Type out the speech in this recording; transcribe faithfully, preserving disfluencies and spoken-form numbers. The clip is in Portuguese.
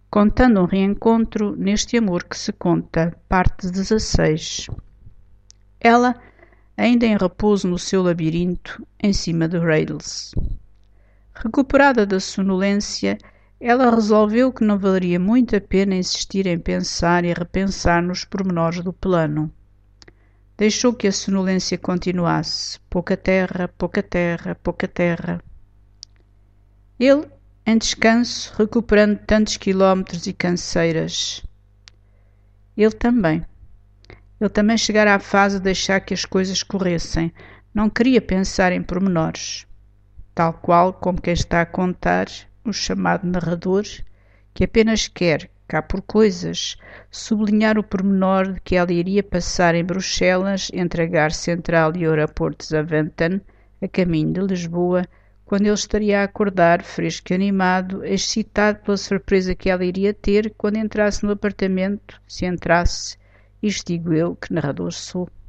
Contando um reencontro neste amor que se conta, parte dezasseis. Ela, ainda em repouso no seu labirinto, em cima de Rails. Recuperada da sonolência, ela resolveu que não valeria muito a pena insistir em pensar e repensar nos pormenores do plano. Deixou que a sonolência continuasse. Pouca terra, pouca terra, pouca terra. Ele, em descanso, recuperando tantos quilómetros e canseiras. Ele também. Ele também chegara à fase de deixar que as coisas corressem. Não queria pensar em pormenores. Tal qual como quem está a contar, o chamado narrador, que apenas quer, cá por coisas, sublinhar o pormenor de que ela iria passar em Bruxelas entre a Gare Central e o aeroporto de Zaventem, a caminho de Lisboa, quando ele estaria a acordar, fresco e animado, excitado pela surpresa que ela iria ter quando entrasse no apartamento, se entrasse, isto digo eu, que narrador sou.